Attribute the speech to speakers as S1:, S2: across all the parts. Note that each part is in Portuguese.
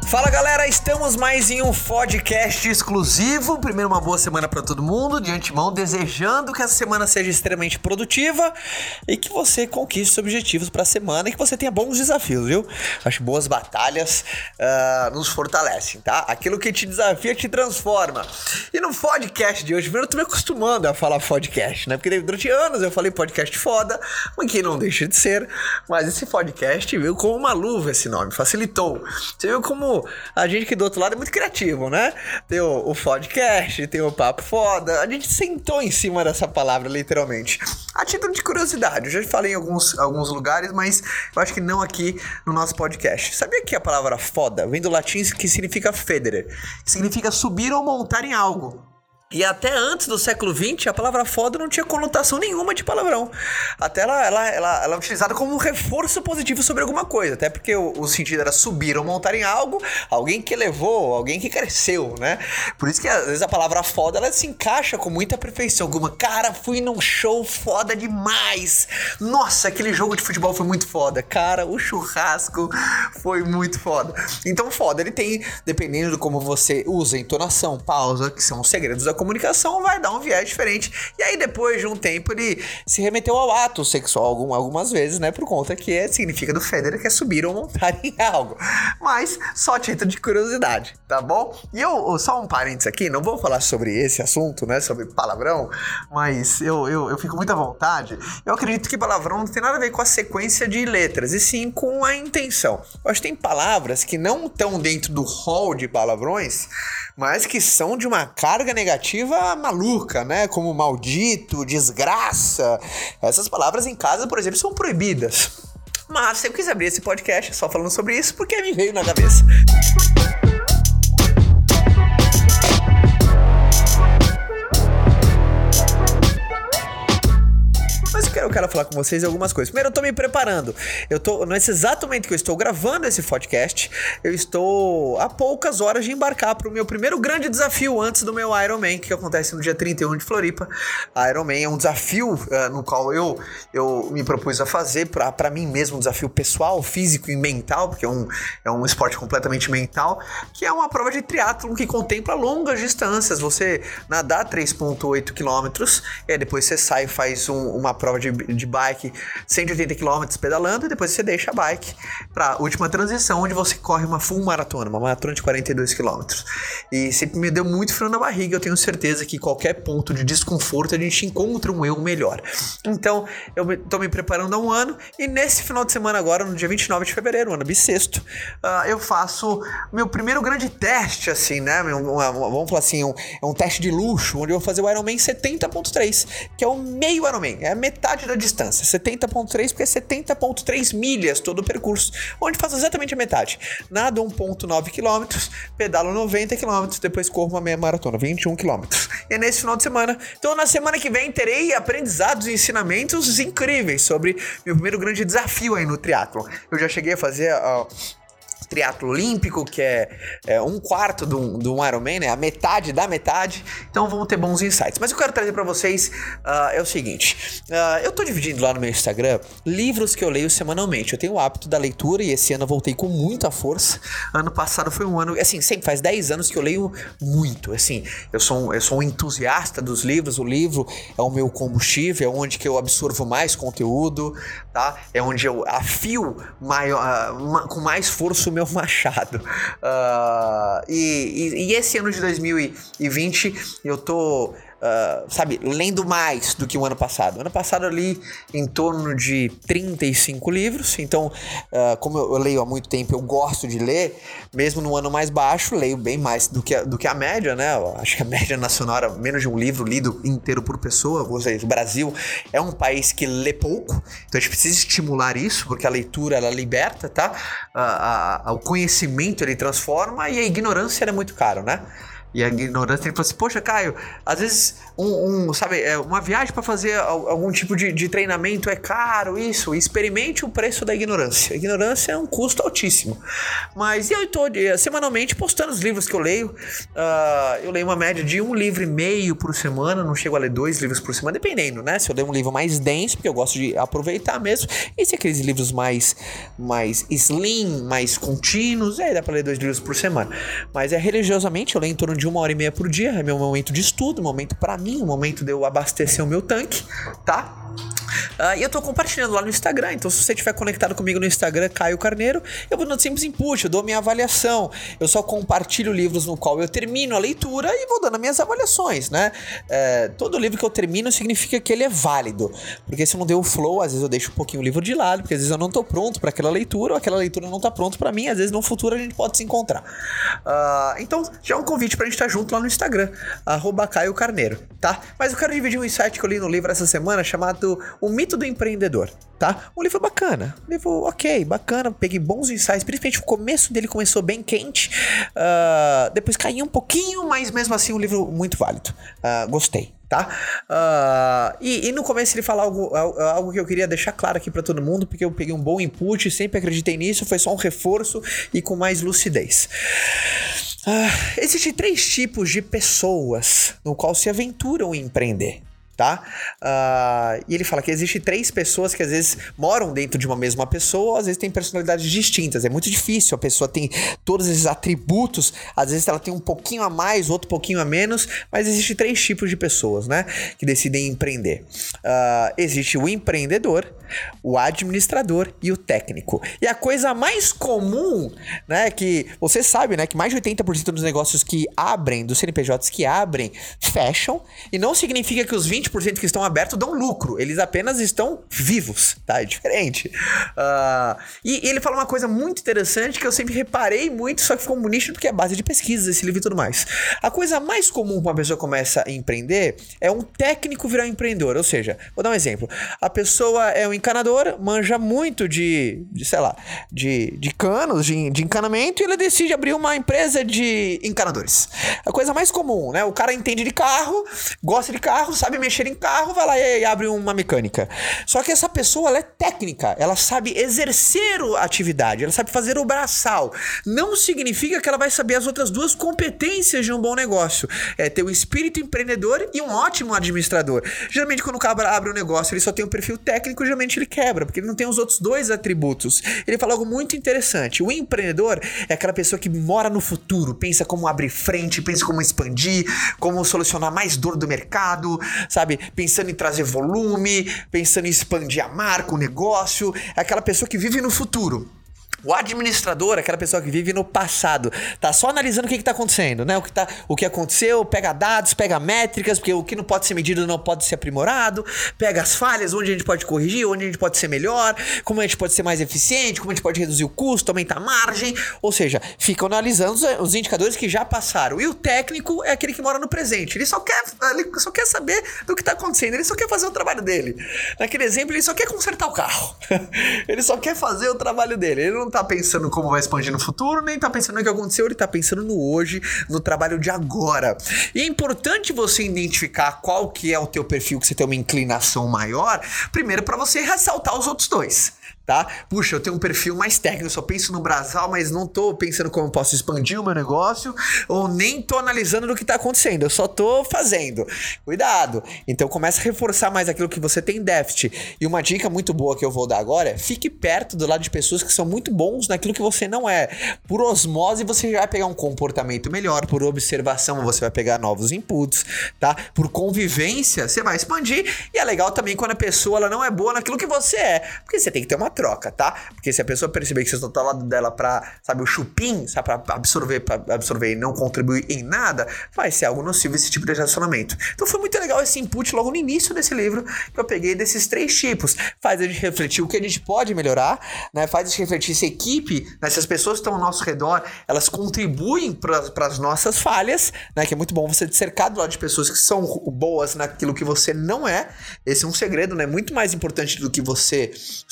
S1: Fala galera, estamos mais em um podcast exclusivo. Primeiro, uma boa semana para todo mundo. De antemão, desejando que essa semana seja extremamente produtiva e que você conquiste seus objetivos para a semana e que você tenha bons desafios, viu? Acho que boas batalhas nos fortalecem, tá? Aquilo que te desafia te transforma. E no podcast de hoje, primeiro eu tô me acostumando a falar podcast, né? Porque durante anos eu falei podcast foda, mas que não deixa de ser. Mas esse podcast veio como uma luva esse nome, facilitou. Você viu como a gente que do outro lado é muito criativo, né? Tem o podcast, tem o papo foda. A gente sentou em cima dessa palavra, literalmente. A título de curiosidade, eu já falei em alguns lugares, mas eu acho que não aqui no nosso podcast. Sabia que a palavra foda vem do latim que significa federe, que significa subir ou montar em algo. E até antes do século XX, a palavra foda não tinha conotação nenhuma de palavrão. Até ela é utilizada como um reforço positivo sobre alguma coisa. Até porque o sentido era subir ou montar em algo, alguém que elevou, alguém que cresceu, né? Por isso que às vezes a palavra foda, ela se encaixa com muita perfeição. Como, cara, fui num show foda demais. Nossa, aquele jogo de futebol foi muito foda. Cara, o churrasco foi muito foda. Então foda, ele tem, dependendo de como você usa entonação, pausa, que são os segredos da comunicação, vai dar um viés diferente. E aí depois de um tempo ele se remeteu ao ato sexual algumas vezes, né, por conta que significa do Federer, que é subir ou montar em algo. Mas só título de curiosidade, tá bom? E eu só um parênteses aqui, não vou falar sobre esse assunto, né, sobre palavrão, mas eu fico muito à vontade. Eu acredito que palavrão não tem nada a ver com a sequência de letras, e sim com a intenção. Eu acho que tem palavras que não estão dentro do hall de palavrões, mas que são de uma carga negativa maluca, né? Como maldito, desgraça. Essas palavras em casa, por exemplo, são proibidas. Mas se eu quis abrir esse podcast só falando sobre isso, porque me veio na cabeça. Eu quero falar com vocês algumas coisas. Primeiro, eu tô me preparando. Nesse exato momento que eu estou gravando esse podcast, eu estou a poucas horas de embarcar para o meu primeiro grande desafio antes do meu Ironman, que acontece no dia 31 de Floripa. A Ironman é um desafio no qual eu me propus a fazer para mim mesmo, um desafio pessoal, físico e mental, porque é um esporte completamente mental, que é uma prova de triatlon que contempla longas distâncias. Você nadar 3,8 quilômetros, e aí depois você sai e faz uma prova de bike 180 km pedalando, e depois você deixa a bike para a última transição, onde você corre uma full maratona, uma maratona de 42 km. E sempre me deu muito frio na barriga. Eu tenho certeza que qualquer ponto de desconforto a gente encontra um eu melhor. Então eu estou me preparando há um ano, e nesse final de semana agora, no dia 29 de fevereiro, ano bissexto, eu faço meu primeiro grande teste, assim, né? Vamos falar assim, um teste de luxo, onde eu vou fazer o Ironman 70.3, que é o meio Ironman, é a metade da distância, 70.3, porque é 70.3 milhas todo o percurso, onde faço exatamente a metade. Nado 1.9 km, pedalo 90 km, depois corro uma meia maratona, 21 km. E é nesse final de semana. Então na semana que vem terei aprendizados e ensinamentos incríveis sobre meu primeiro grande desafio aí no triatlon. Eu já cheguei a fazer triatlo olímpico, que é um quarto de um Ironman, né? A metade da metade. Então vamos ter bons insights. Mas eu quero trazer para vocês é o seguinte. Eu tô dividindo lá no meu Instagram livros que eu leio semanalmente. Eu tenho o hábito da leitura e esse ano eu voltei com muita força. Ano passado foi um ano, assim, sempre faz 10 anos que eu leio muito. Assim, eu sou um entusiasta dos livros. O livro é o meu combustível, é onde que eu absorvo mais conteúdo, tá? É onde eu afio com mais força o meu machado. E esse ano de 2020 eu tô lendo mais do que o ano passado. Ano passado eu li em torno de 35 livros, então como eu leio há muito tempo, eu gosto de ler, mesmo no ano mais baixo, leio bem mais do que a média, né? Eu acho que a média nacional era menos de um livro lido inteiro por pessoa. Ou seja, o Brasil é um país que lê pouco, então a gente precisa estimular isso, porque a leitura, ela liberta, tá? O conhecimento, ele transforma, e a ignorância é muito caro, né? E a ignorância, ele falou assim, poxa, Caio, às vezes sabe, uma viagem para fazer algum tipo de treinamento é caro, isso. Experimente o preço da ignorância. A ignorância é um custo altíssimo. Mas eu estou semanalmente postando os livros que eu leio. Eu leio uma média de 1,5 livro por semana. Não chego a ler 2 livros por semana, dependendo, né? Se eu ler um livro mais denso, porque eu gosto de aproveitar mesmo. E se aqueles livros mais slim, mais contínuos, aí dá para ler 2 livros por semana. Mas religiosamente, eu leio em torno de 1h30 por dia. É meu momento de estudo, momento para mim, um momento de eu abastecer o meu tanque, tá? E eu tô compartilhando lá no Instagram, então se você estiver conectado comigo no Instagram, Caio Carneiro, eu vou dando simples input, eu dou minha avaliação, eu só compartilho livros no qual eu termino a leitura e vou dando as minhas avaliações, né? Todo livro que eu termino significa que ele é válido, porque se eu não deu o flow, às vezes eu deixo um pouquinho o livro de lado, porque às vezes eu não tô pronto para aquela leitura, ou aquela leitura não tá pronto para mim, às vezes no futuro a gente pode se encontrar. Então, já é um convite pra gente estar junto lá no Instagram, @Caio Carneiro, tá? Mas eu quero dividir um insight que eu li no livro essa semana, chamado O Mito do Empreendedor, tá? Um livro bacana, um livro ok, bacana, peguei bons insights, principalmente o começo dele começou bem quente, depois caiu um pouquinho, mas mesmo assim um livro muito válido, gostei, tá? E no começo ele fala algo que eu queria deixar claro aqui pra todo mundo, porque eu peguei um bom input, sempre acreditei nisso, foi só um reforço e com mais lucidez. Existem 3 tipos de pessoas no qual se aventuram em empreender, tá? E ele fala que existem 3 pessoas que às vezes moram dentro de uma mesma pessoa, às vezes tem personalidades distintas, é muito difícil, a pessoa tem todos esses atributos, às vezes ela tem um pouquinho a mais, outro pouquinho a menos, mas existem 3 tipos de pessoas, né, que decidem empreender. Existe o empreendedor, o administrador e o técnico. E a coisa mais comum, né, que você sabe, né, que mais de 80% dos negócios que abrem, dos CNPJs que abrem, fecham, e não significa que os 20% que estão abertos dão lucro, eles apenas estão vivos, tá? É diferente. E ele fala uma coisa muito interessante que eu sempre reparei muito, só que ficou muito nítido porque é a base de pesquisa, esse livro e tudo mais. A coisa mais comum que uma pessoa começa a empreender é um técnico virar um empreendedor, ou seja, vou dar um exemplo. A pessoa é um encanador, manja muito de canos, de encanamento, e ele decide abrir uma empresa de encanadores. A coisa mais comum, né? O cara entende de carro, gosta de carro, sabe mexer em carro, vai lá e abre uma mecânica. Só que essa pessoa, ela é técnica, ela sabe exercer a atividade, ela sabe fazer o braçal. Não significa que ela vai saber as outras 2 competências de um bom negócio. É ter o espírito empreendedor e um ótimo administrador. Geralmente quando o cara abre um negócio, ele só tem um perfil técnico, geralmente ele quebra, porque ele não tem os outros 2 atributos. Ele fala algo muito interessante. O empreendedor é aquela pessoa que mora no futuro, pensa como abrir frente, pensa como expandir, como solucionar mais dor do mercado, sabe? Pensando em trazer volume, pensando em expandir a marca, o negócio. É aquela pessoa que vive no futuro. O administrador é aquela pessoa que vive no passado, tá só analisando o que tá acontecendo, né? O que aconteceu, pega dados, pega métricas, porque o que não pode ser medido não pode ser aprimorado, pega as falhas, onde a gente pode corrigir, onde a gente pode ser melhor, como a gente pode ser mais eficiente, como a gente pode reduzir o custo, aumentar a margem, ou seja, ficam analisando os indicadores que já passaram. E o técnico é aquele que mora no presente, ele só quer saber do que tá acontecendo, ele só quer fazer o trabalho dele. Naquele exemplo, ele só quer consertar o carro, ele só quer fazer o trabalho dele, ele não tá pensando como vai expandir no futuro, nem tá pensando no que aconteceu, ele tá pensando no hoje, no trabalho de agora. E é importante você identificar qual que é o teu perfil, que você tem uma inclinação maior, primeiro para você ressaltar os outros 2. Tá? Puxa, eu tenho um perfil mais técnico, eu só penso no braçal, mas não tô pensando como eu posso expandir o meu negócio, ou nem tô analisando do que tá acontecendo, eu só tô fazendo. Cuidado! Então começa a reforçar mais aquilo que você tem déficit. E uma dica muito boa que eu vou dar agora é: fique perto do lado de pessoas que são muito bons naquilo que você não é. Por osmose você já vai pegar um comportamento melhor, por observação você vai pegar novos inputs, tá? Por convivência você vai expandir, e é legal também quando a pessoa ela não é boa naquilo que você é, porque você tem que ter uma troca, tá? Porque se a pessoa perceber que você só tá ao lado dela pra, sabe, o chupim, sabe, pra absorver e não contribuir em nada, vai ser algo nocivo esse tipo de relacionamento. Então foi muito legal esse input logo no início desse livro, que eu peguei desses 3 tipos. Faz a gente refletir o que a gente pode melhorar, né? Faz a gente refletir se a equipe, né, se as pessoas que estão ao nosso redor, elas contribuem para as nossas falhas, né? Que é muito bom você ser cercado do lado de pessoas que são boas naquilo que você não é. Esse é um segredo, né? Muito mais importante do que você só pensar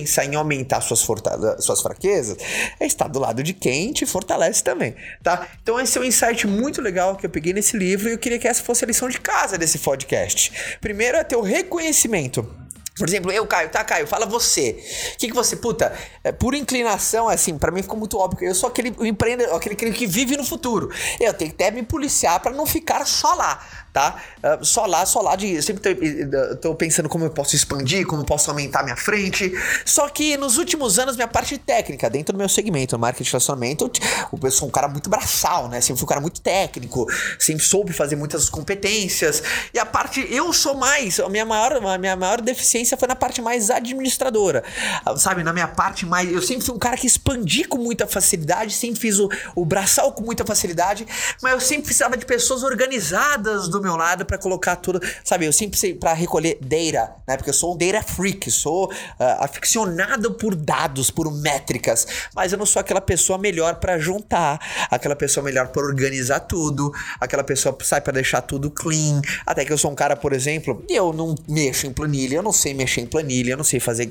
S1: pensar em aumentar suas fraquezas, é estar do lado de quem te fortalece também, tá? Então esse é um insight muito legal que eu peguei nesse livro e eu queria que essa fosse a lição de casa desse podcast. Primeiro é ter o reconhecimento. Por exemplo, Caio, Caio, fala você. O que você, por inclinação, assim, pra mim ficou muito óbvio. Eu sou aquele empreendedor, aquele que vive no futuro. Eu tenho que até me policiar pra não ficar só lá, tá? Só lá, eu sempre tô pensando como eu posso expandir, como eu posso aumentar minha frente. Só que nos últimos anos, minha parte técnica, dentro do meu segmento, no marketing de relacionamento, eu sou um cara muito braçal, né? Sempre fui um cara muito técnico, sempre soube fazer muitas competências. E a parte, eu sou mais, a minha maior deficiência foi na parte mais administradora, sabe? Na minha parte mais, eu sempre fui um cara que expandi com muita facilidade, sempre fiz o braçal com muita facilidade, mas eu sempre precisava de pessoas organizadas do meu lado pra colocar tudo, sabe? Eu sempre sei pra recolher data, né? Porque eu sou um data freak, sou aficionado por dados, por métricas, mas eu não sou aquela pessoa melhor pra juntar, aquela pessoa melhor pra organizar tudo, aquela pessoa, sabe, pra deixar tudo clean. Até que eu sou um cara, por exemplo, eu não mexo em planilha, eu não sei mexer em planilha, eu não sei fazer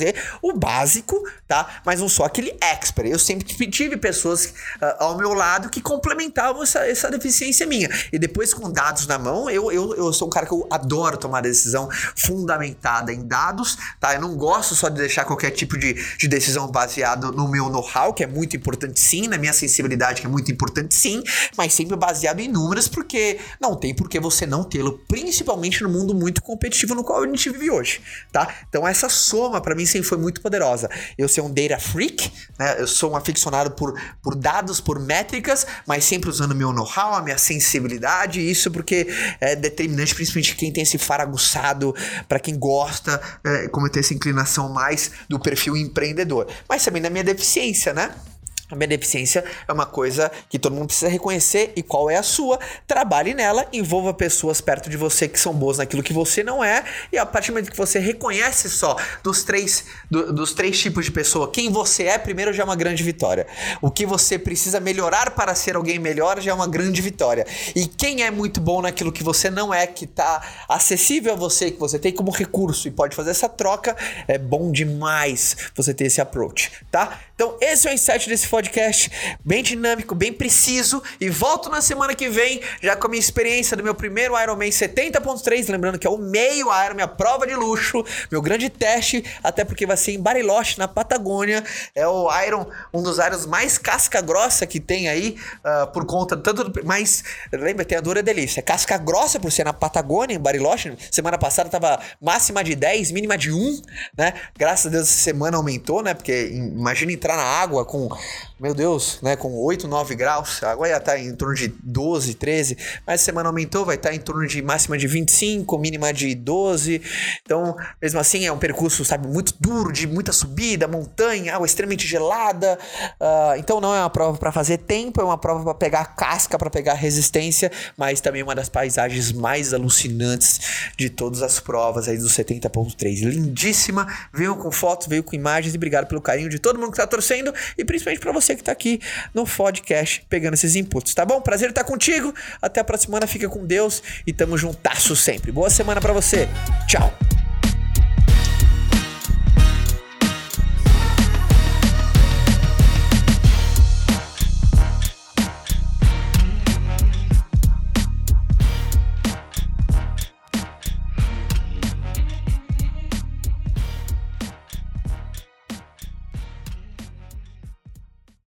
S1: o básico, tá? Mas não sou aquele expert. Eu sempre tive pessoas ao meu lado que complementavam essa deficiência minha. E depois, com dados na mão, eu sou um cara que eu adoro tomar decisão fundamentada em dados, tá? Eu não gosto só de deixar qualquer tipo de decisão baseado no meu know-how, que é muito importante sim, na minha sensibilidade, que é muito importante sim, mas sempre baseado em números, porque não tem por que você não tê-lo, principalmente no mundo muito competitivo no qual a gente vive hoje, tá? Então essa soma pra mim sempre foi muito poderosa. Eu sou um data freak, né? Eu sou um aficionado por dados, por métricas, mas sempre usando meu know-how, a minha sensibilidade, isso porque é determinante, principalmente quem tem esse faro aguçado, pra quem gosta, como eu tenho essa inclinação mais do perfil empreendedor. Mas também na minha deficiência, né? A minha deficiência é uma coisa que todo mundo precisa reconhecer. E qual é a sua? Trabalhe nela, envolva pessoas perto de você que são boas naquilo que você não é. E a partir do momento que você reconhece só dos três tipos de pessoa quem você é, primeiro já é uma grande vitória. O que você precisa melhorar para ser alguém melhor já é uma grande vitória. E quem é muito bom naquilo que você não é, que tá acessível a você, que você tem como recurso e pode fazer essa troca, é bom demais você ter esse approach, tá? Então esse é o insight desse podcast, bem dinâmico, bem preciso, e volto na semana que vem, já com a minha experiência do meu primeiro Ironman 70.3, lembrando que é o meio Iron, minha prova de luxo, meu grande teste, até porque vai ser em Bariloche, na Patagônia, é o Iron, um dos Irons mais casca grossa que tem aí, por conta, tanto, mas, lembra, tem a dura delícia, casca grossa por ser na Patagônia, em Bariloche, semana passada tava máxima de 10, mínima de 1, né, graças a Deus essa semana aumentou, né, porque imagina entrar na água com, meu Deus, né, com 8, 9 graus, a água ia estar em torno de 12, 13, mas a semana aumentou, vai estar em torno de máxima de 25, mínima de 12, então, mesmo assim, é um percurso, sabe, muito duro, de muita subida, montanha, água extremamente gelada, então não é uma prova para fazer tempo, é uma prova para pegar casca, para pegar resistência, mas também uma das paisagens mais alucinantes de todas as provas aí do 70.3, lindíssima, veio com fotos, veio com imagens, e obrigado pelo carinho de todo mundo que tá torcendo, e principalmente para você que tá aqui no podcast pegando esses inputs, tá bom? Prazer estar contigo, até a próxima semana, fica com Deus e tamo juntasso sempre. Boa semana para você, tchau!